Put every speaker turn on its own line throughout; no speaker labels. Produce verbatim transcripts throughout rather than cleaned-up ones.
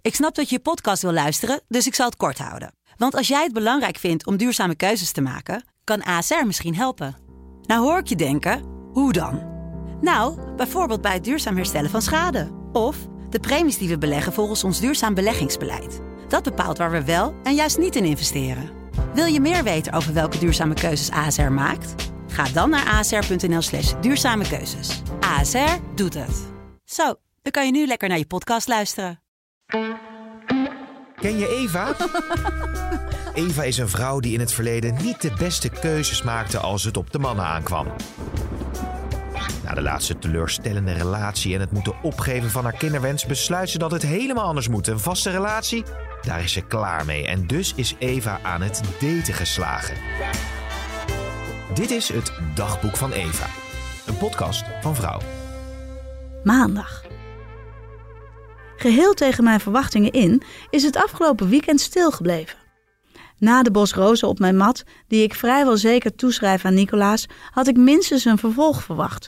Ik snap dat je je podcast wil luisteren, dus ik zal het kort houden. Want als jij het belangrijk vindt om duurzame keuzes te maken, kan A S R misschien helpen. Nou hoor ik je denken, hoe dan? Nou, bijvoorbeeld bij het duurzaam herstellen van schade. Of de premies die we beleggen volgens ons duurzaam beleggingsbeleid. Dat bepaalt waar we wel en juist niet in investeren. Wil je meer weten over welke duurzame keuzes A S R maakt? Ga dan naar asr.nl slash duurzame keuzes. A S R doet het. Zo, dan kan je nu lekker naar je podcast luisteren.
Ken je Eva? Eva is een vrouw die in het verleden niet de beste keuzes maakte als het op de mannen aankwam. Na de laatste teleurstellende relatie en het moeten opgeven van haar kinderwens besluit ze dat het helemaal anders moet. Een vaste relatie, daar is ze klaar mee. En dus is Eva aan het daten geslagen. Dit is het Dagboek van Eva. Een podcast van Vrouw.
Maandag. Geheel tegen mijn verwachtingen in is het afgelopen weekend stilgebleven. Na de bos rozen op mijn mat, die ik vrijwel zeker toeschrijf aan Nicolaas, had ik minstens een vervolg verwacht.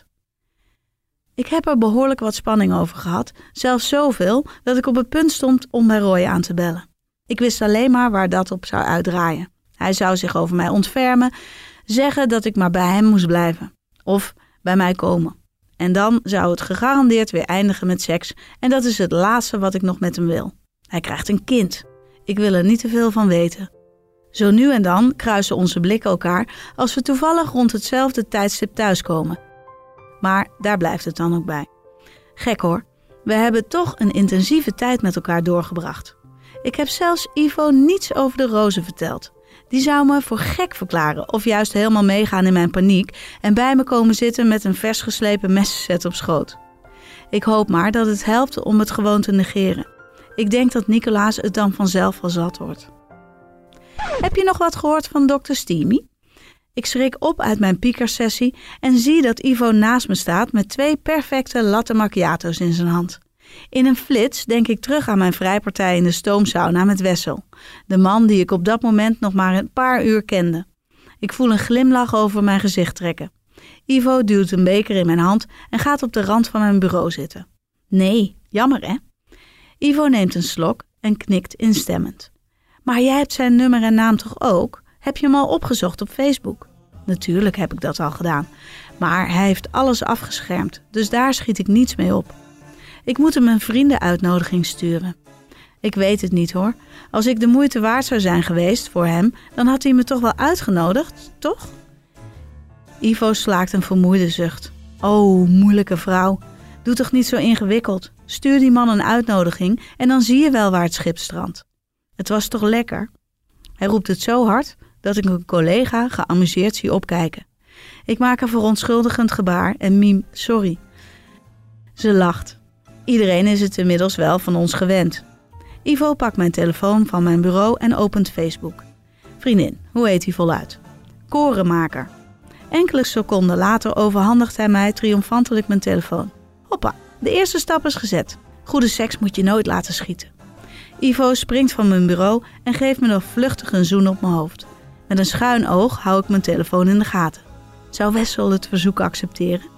Ik heb er behoorlijk wat spanning over gehad, zelfs zoveel dat ik op het punt stond om bij Roy aan te bellen. Ik wist alleen maar waar dat op zou uitdraaien. Hij zou zich over mij ontfermen, zeggen dat ik maar bij hem moest blijven. Of bij mij komen. En dan zou het gegarandeerd weer eindigen met seks. En dat is het laatste wat ik nog met hem wil. Hij krijgt een kind. Ik wil er niet te veel van weten. Zo nu en dan kruisen onze blikken elkaar als we toevallig rond hetzelfde tijdstip thuiskomen. Maar daar blijft het dan ook bij. Gek hoor. We hebben toch een intensieve tijd met elkaar doorgebracht. Ik heb zelfs Ivo niets over de rozen verteld. Die zou me voor gek verklaren of juist helemaal meegaan in mijn paniek en bij me komen zitten met een vers geslepen messenset op schoot. Ik hoop maar dat het helpt om het gewoon te negeren. Ik denk dat Nicolaas het dan vanzelf wel zat wordt. Heb je nog wat gehoord van dokter Steamy? Ik schrik op uit mijn piekersessie en zie dat Ivo naast me staat met twee perfecte latte macchiato's in zijn hand. In een flits denk ik terug aan mijn vrijpartij in de stoomsauna met Wessel, de man die ik op dat moment nog maar een paar uur kende. Ik voel een glimlach over mijn gezicht trekken. Ivo duwt een beker in mijn hand en gaat op de rand van mijn bureau zitten. Nee, jammer hè? Ivo neemt een slok en knikt instemmend. Maar jij hebt zijn nummer en naam toch ook? Heb je hem al opgezocht op Facebook? Natuurlijk heb ik dat al gedaan, maar hij heeft alles afgeschermd, dus daar schiet ik niets mee op. Ik moet hem een vriendenuitnodiging sturen. Ik weet het niet hoor. Als ik de moeite waard zou zijn geweest voor hem, dan had hij me toch wel uitgenodigd, toch? Ivo slaakt een vermoeide zucht. Oh, moeilijke vrouw. Doe toch niet zo ingewikkeld. Stuur die man een uitnodiging en dan zie je wel waar het schip strandt. Het was toch lekker? Hij roept het zo hard dat ik een collega geamuseerd zie opkijken. Ik maak een verontschuldigend gebaar en miem sorry. Ze lacht. Iedereen is het inmiddels wel van ons gewend. Ivo pakt mijn telefoon van mijn bureau en opent Facebook. Vriendin, hoe heet hij voluit? Korenmaker. Enkele seconden later overhandigt hij mij triomfantelijk mijn telefoon. Hoppa, de eerste stap is gezet. Goede seks moet je nooit laten schieten. Ivo springt van mijn bureau en geeft me nog vluchtig een zoen op mijn hoofd. Met een schuin oog hou ik mijn telefoon in de gaten. Zou Wessel het verzoek accepteren?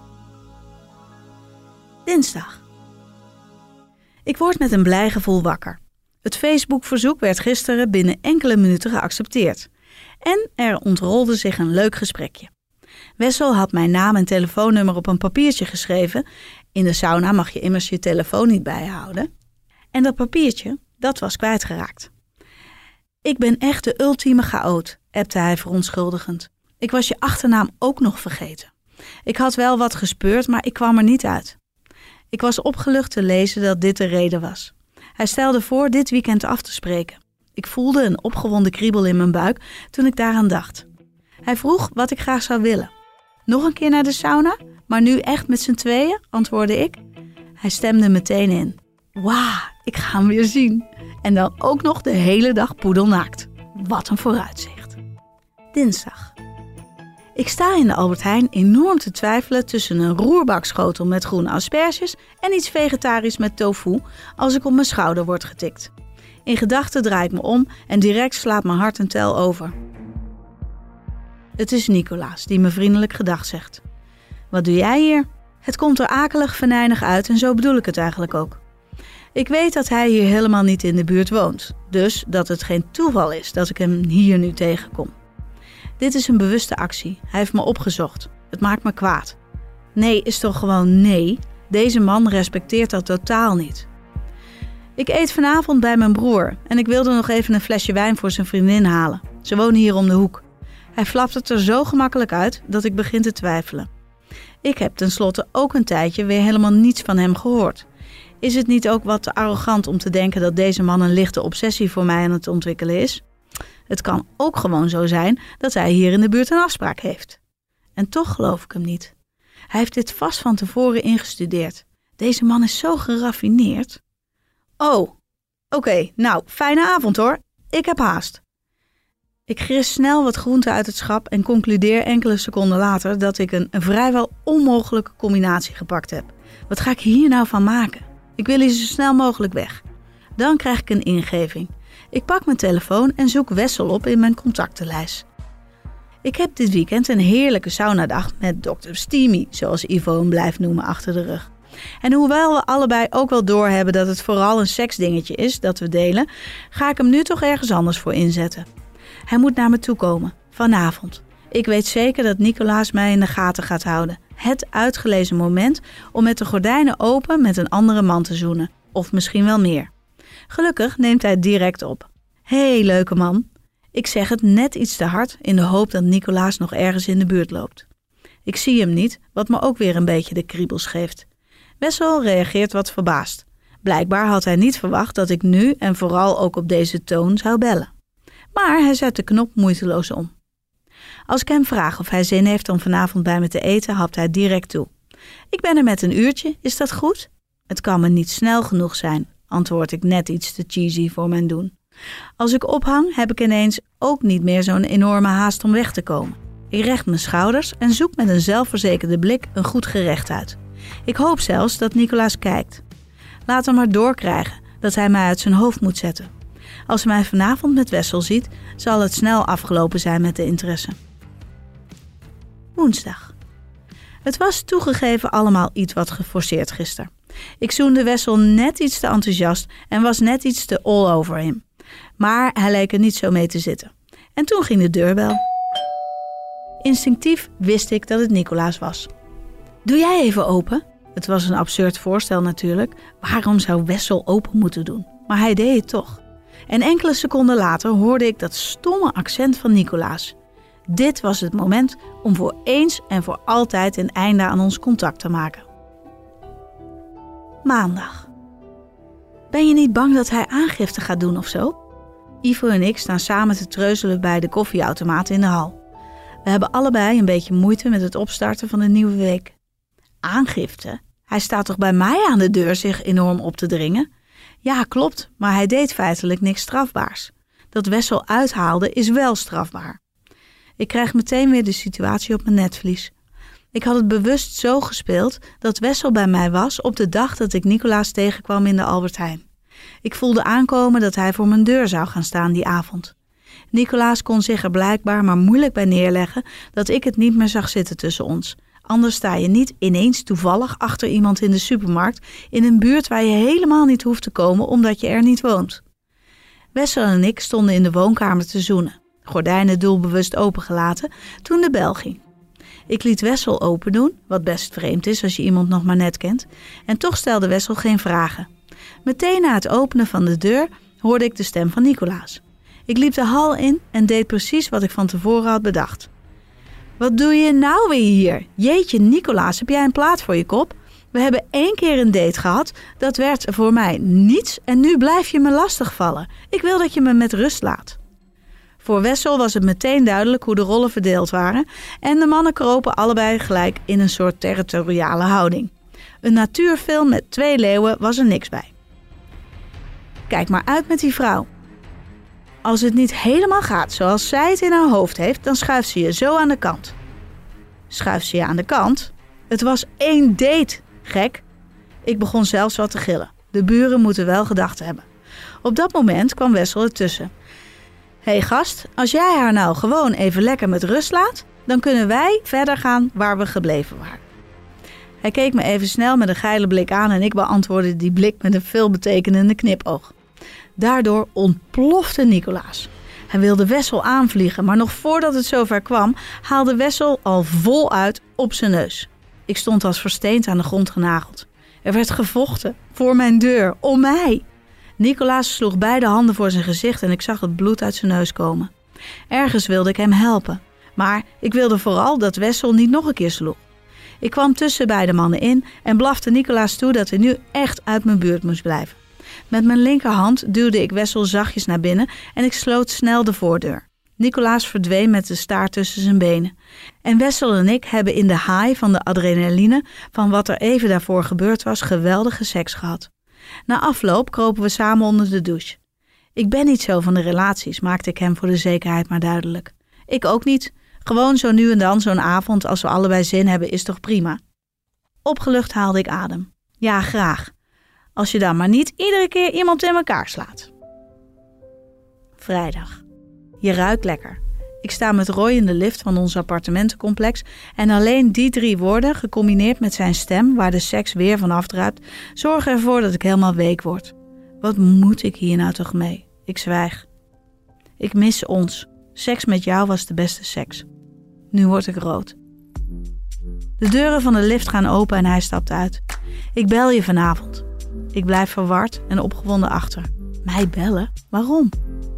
Dinsdag. Ik word met een blij gevoel wakker. Het Facebook-verzoek werd gisteren binnen enkele minuten geaccepteerd. En er ontrolde zich een leuk gesprekje. Wessel had mijn naam en telefoonnummer op een papiertje geschreven. In de sauna mag je immers je telefoon niet bijhouden. En dat papiertje, dat was kwijtgeraakt. Ik ben echt de ultieme chaot, appte hij verontschuldigend. Ik was je achternaam ook nog vergeten. Ik had wel wat gespeurd, maar ik kwam er niet uit. Ik was opgelucht te lezen dat dit de reden was. Hij stelde voor dit weekend af te spreken. Ik voelde een opgewonden kriebel in mijn buik toen ik daaraan dacht. Hij vroeg wat ik graag zou willen. Nog een keer naar de sauna, maar nu echt met z'n tweeën, antwoordde ik. Hij stemde meteen in. Wauw, ik ga hem weer zien. En dan ook nog de hele dag poedelnaakt. Wat een vooruitzicht. Dinsdag. Ik sta in de Albert Heijn enorm te twijfelen tussen een roerbakschotel met groene asperges en iets vegetarisch met tofu als ik op mijn schouder word getikt. In gedachten draai ik me om en direct slaat mijn hart een tel over. Het is Nicolaas die me vriendelijk gedag zegt. Wat doe jij hier? Het komt er akelig venijnig uit en zo bedoel ik het eigenlijk ook. Ik weet dat hij hier helemaal niet in de buurt woont. Dus dat het geen toeval is dat ik hem hier nu tegenkom. Dit is een bewuste actie. Hij heeft me opgezocht. Het maakt me kwaad. Nee is toch gewoon nee? Deze man respecteert dat totaal niet. Ik eet vanavond bij mijn broer en ik wilde nog even een flesje wijn voor zijn vriendin halen. Ze wonen hier om de hoek. Hij flapt het er zo gemakkelijk uit dat ik begin te twijfelen. Ik heb tenslotte ook een tijdje weer helemaal niets van hem gehoord. Is het niet ook wat te arrogant om te denken dat deze man een lichte obsessie voor mij aan het ontwikkelen is? Het kan ook gewoon zo zijn dat hij hier in de buurt een afspraak heeft. En toch geloof ik hem niet. Hij heeft dit vast van tevoren ingestudeerd. Deze man is zo geraffineerd. Oh, oké, okay, nou, fijne avond hoor. Ik heb haast. Ik gris snel wat groenten uit het schap en concludeer enkele seconden later dat ik een, een vrijwel onmogelijke combinatie gepakt heb. Wat ga ik hier nou van maken? Ik wil hier zo snel mogelijk weg. Dan krijg ik een ingeving. Ik pak mijn telefoon en zoek Wessel op in mijn contactenlijst. Ik heb dit weekend een heerlijke saunadag met dokter Steamy, zoals Ivo hem blijft noemen, achter de rug. En hoewel we allebei ook wel doorhebben dat het vooral een seksdingetje is dat we delen, ga ik hem nu toch ergens anders voor inzetten. Hij moet naar me toe komen, vanavond. Ik weet zeker dat Nicolaas mij in de gaten gaat houden. Het uitgelezen moment om met de gordijnen open met een andere man te zoenen. Of misschien wel meer. Gelukkig neemt hij het direct op. Hé, hey, leuke man. Ik zeg het net iets te hard in de hoop dat Nicolaas nog ergens in de buurt loopt. Ik zie hem niet, wat me ook weer een beetje de kriebels geeft. Wessel reageert wat verbaasd. Blijkbaar had hij niet verwacht dat ik nu en vooral ook op deze toon zou bellen. Maar hij zet de knop moeiteloos om. Als ik hem vraag of hij zin heeft om vanavond bij me te eten, hapt hij direct toe. Ik ben er met een uurtje, is dat goed? Het kan me niet snel genoeg zijn, antwoord ik net iets te cheesy voor mijn doen. Als ik ophang, heb ik ineens ook niet meer zo'n enorme haast om weg te komen. Ik recht mijn schouders en zoek met een zelfverzekerde blik een goed gerecht uit. Ik hoop zelfs dat Nicolaas kijkt. Laat hem maar doorkrijgen dat hij mij uit zijn hoofd moet zetten. Als hij mij vanavond met Wessel ziet, zal het snel afgelopen zijn met de interesse. Woensdag. Het was toegegeven allemaal iets wat geforceerd gisteren. Ik zoende Wessel net iets te enthousiast en was net iets te all over hem. Maar hij leek er niet zo mee te zitten. En toen ging de deurbel. Instinctief wist ik dat het Nicolaas was. Doe jij even open? Het was een absurd voorstel natuurlijk. Waarom zou Wessel open moeten doen? Maar hij deed het toch. En enkele seconden later hoorde ik dat stomme accent van Nicolaas. Dit was het moment om voor eens en voor altijd een einde aan ons contact te maken. Maandag. Ben je niet bang dat hij aangifte gaat doen of zo? Ivo en ik staan samen te treuzelen bij de koffieautomaat in de hal. We hebben allebei een beetje moeite met het opstarten van de nieuwe week. Aangifte? Hij staat toch bij mij aan de deur zich enorm op te dringen? Ja, klopt, maar hij deed feitelijk niks strafbaars. Dat Wessel uithaalde is wel strafbaar. Ik krijg meteen weer de situatie op mijn netvlies. Ik had het bewust zo gespeeld dat Wessel bij mij was op de dag dat ik Nicolaas tegenkwam in de Albert Heijn. Ik voelde aankomen dat hij voor mijn deur zou gaan staan die avond. Nicolaas kon zich er blijkbaar maar moeilijk bij neerleggen dat ik het niet meer zag zitten tussen ons. Anders sta je niet ineens toevallig achter iemand in de supermarkt in een buurt waar je helemaal niet hoeft te komen omdat je er niet woont. Wessel en ik stonden in de woonkamer te zoenen, gordijnen doelbewust opengelaten, toen de bel ging. Ik liet Wessel open doen, wat best vreemd is als je iemand nog maar net kent, en toch stelde Wessel geen vragen. Meteen na het openen van de deur hoorde ik de stem van Nicolaas. Ik liep de hal in en deed precies wat ik van tevoren had bedacht. Wat doe je nou weer hier? Jeetje, Nicolaas, heb jij een plaat voor je kop? We hebben één keer een date gehad, dat werd voor mij niets en nu blijf je me lastigvallen. Ik wil dat je me met rust laat. Voor Wessel was het meteen duidelijk hoe de rollen verdeeld waren en de mannen kropen allebei gelijk in een soort territoriale houding. Een natuurfilm met twee leeuwen was er niks bij. Kijk maar uit met die vrouw. Als het niet helemaal gaat zoals zij het in haar hoofd heeft, dan schuift ze je zo aan de kant. Schuift ze je aan de kant? Het was één date, gek. Ik begon zelfs wat te gillen. De buren moeten wel gedacht hebben. Op dat moment kwam Wessel ertussen. Hé hey gast, als jij haar nou gewoon even lekker met rust laat, dan kunnen wij verder gaan waar we gebleven waren. Hij keek me even snel met een geile blik aan en ik beantwoordde die blik met een veelbetekenende knipoog. Daardoor ontplofte Nicolaas. Hij wilde Wessel aanvliegen, maar nog voordat het zover kwam, haalde Wessel al voluit op zijn neus. Ik stond als versteend aan de grond genageld. Er werd gevochten, voor mijn deur, om mij. Nicolaas sloeg beide handen voor zijn gezicht en ik zag het bloed uit zijn neus komen. Ergens wilde ik hem helpen, maar ik wilde vooral dat Wessel niet nog een keer sloeg. Ik kwam tussen beide mannen in en blafte Nicolaas toe dat hij nu echt uit mijn buurt moest blijven. Met mijn linkerhand duwde ik Wessel zachtjes naar binnen en ik sloot snel de voordeur. Nicolaas verdween met de staart tussen zijn benen. En Wessel en ik hebben in de high van de adrenaline van wat er even daarvoor gebeurd was geweldige seks gehad. Na afloop kropen we samen onder de douche. Ik ben niet zo van de relaties, maakte ik hem voor de zekerheid maar duidelijk. Ik ook niet. Gewoon zo nu en dan zo'n avond als we allebei zin hebben is toch prima. Opgelucht haalde ik adem. Ja, graag. Als je dan maar niet iedere keer iemand in elkaar slaat. Vrijdag. Je ruikt lekker. Ik sta met Roy in de lift van ons appartementencomplex en alleen die drie woorden, gecombineerd met zijn stem, waar de seks weer van afdruipt, zorgen ervoor dat ik helemaal week word. Wat moet ik hier nou toch mee? Ik zwijg. Ik mis ons. Seks met jou was de beste seks. Nu word ik rood. De deuren van de lift gaan open en hij stapt uit. Ik bel je vanavond. Ik blijf verward en opgewonden achter. Mij bellen? Waarom?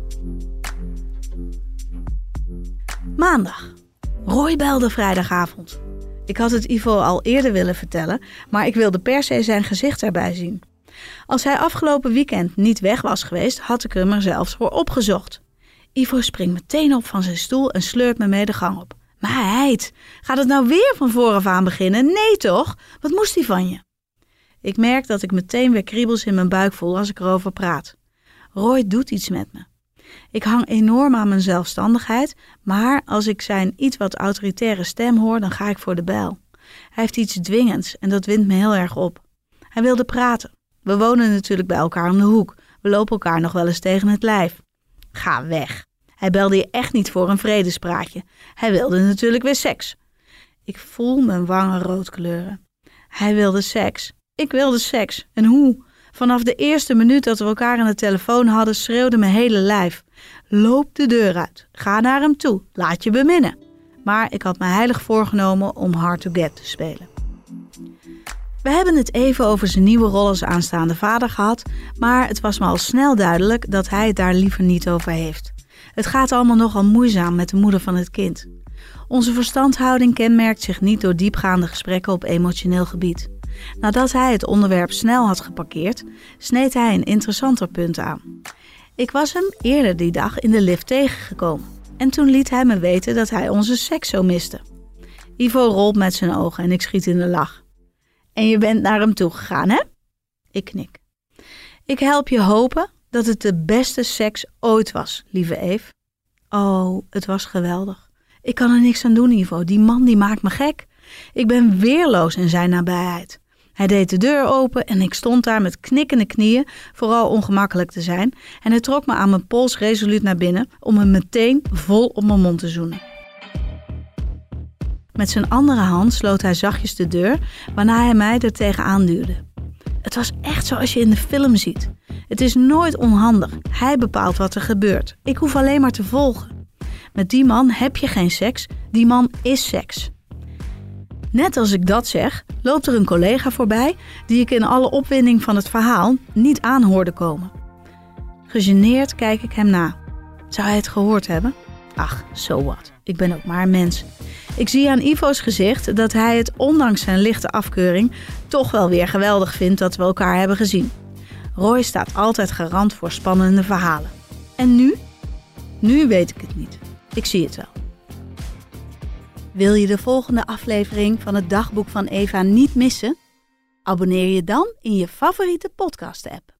Maandag. Roy belde vrijdagavond. Ik had het Ivo al eerder willen vertellen, maar ik wilde per se zijn gezicht erbij zien. Als hij afgelopen weekend niet weg was geweest, had ik hem er zelfs voor opgezocht. Ivo springt meteen op van zijn stoel en sleurt me mee de gang op. Meid, gaat het nou weer van vooraf aan beginnen? Nee toch? Wat moest hij van je? Ik merk dat ik meteen weer kriebels in mijn buik voel als ik erover praat. Roy doet iets met me. Ik hang enorm aan mijn zelfstandigheid, maar als ik zijn iets wat autoritaire stem hoor, dan ga ik voor de bijl. Hij heeft iets dwingends en dat windt me heel erg op. Hij wilde praten. We wonen natuurlijk bij elkaar om de hoek. We lopen elkaar nog wel eens tegen het lijf. Ga weg. Hij belde je echt niet voor een vredespraatje. Hij wilde natuurlijk weer seks. Ik voel mijn wangen rood kleuren. Hij wilde seks. Ik wilde seks. En hoe? Vanaf de eerste minuut dat we elkaar aan de telefoon hadden, schreeuwde mijn hele lijf. Loop de deur uit. Ga naar hem toe. Laat je beminnen. Maar ik had me heilig voorgenomen om Hard to Get te spelen. We hebben het even over zijn nieuwe rol als aanstaande vader gehad, maar het was me al snel duidelijk dat hij het daar liever niet over heeft. Het gaat allemaal nogal moeizaam met de moeder van het kind. Onze verstandhouding kenmerkt zich niet door diepgaande gesprekken op emotioneel gebied. Nadat hij het onderwerp snel had geparkeerd, sneed hij een interessanter punt aan. Ik was hem eerder die dag in de lift tegengekomen en toen liet hij me weten dat hij onze seks zo miste. Ivo rolt met zijn ogen en ik schiet in de lach. En je bent naar hem toe gegaan, hè? Ik knik. Ik help je hopen dat het de beste seks ooit was, lieve Eve. Oh, het was geweldig. Ik kan er niks aan doen, Ivo. Die man die maakt me gek. Ik ben weerloos in zijn nabijheid. Hij deed de deur open en ik stond daar met knikkende knieën, vooral ongemakkelijk te zijn. En hij trok me aan mijn pols resoluut naar binnen om me meteen vol op mijn mond te zoenen. Met zijn andere hand sloot hij zachtjes de deur, waarna hij mij er tegenaan duwde. Het was echt zoals je in de film ziet. Het is nooit onhandig. Hij bepaalt wat er gebeurt. Ik hoef alleen maar te volgen. Met die man heb je geen seks. Die man is seks. Net als ik dat zeg, loopt er een collega voorbij die ik in alle opwinding van het verhaal niet aan hoorde komen. Gegeneerd kijk ik hem na. Zou hij het gehoord hebben? Ach, so what. Ik ben ook maar een mens. Ik zie aan Ivo's gezicht dat hij het ondanks zijn lichte afkeuring toch wel weer geweldig vindt dat we elkaar hebben gezien. Roy staat altijd garant voor spannende verhalen. En nu? Nu weet ik het niet. Ik zie het wel. Wil je de volgende aflevering van het Dagboek van Eva niet missen? Abonneer je dan in je favoriete podcast-app.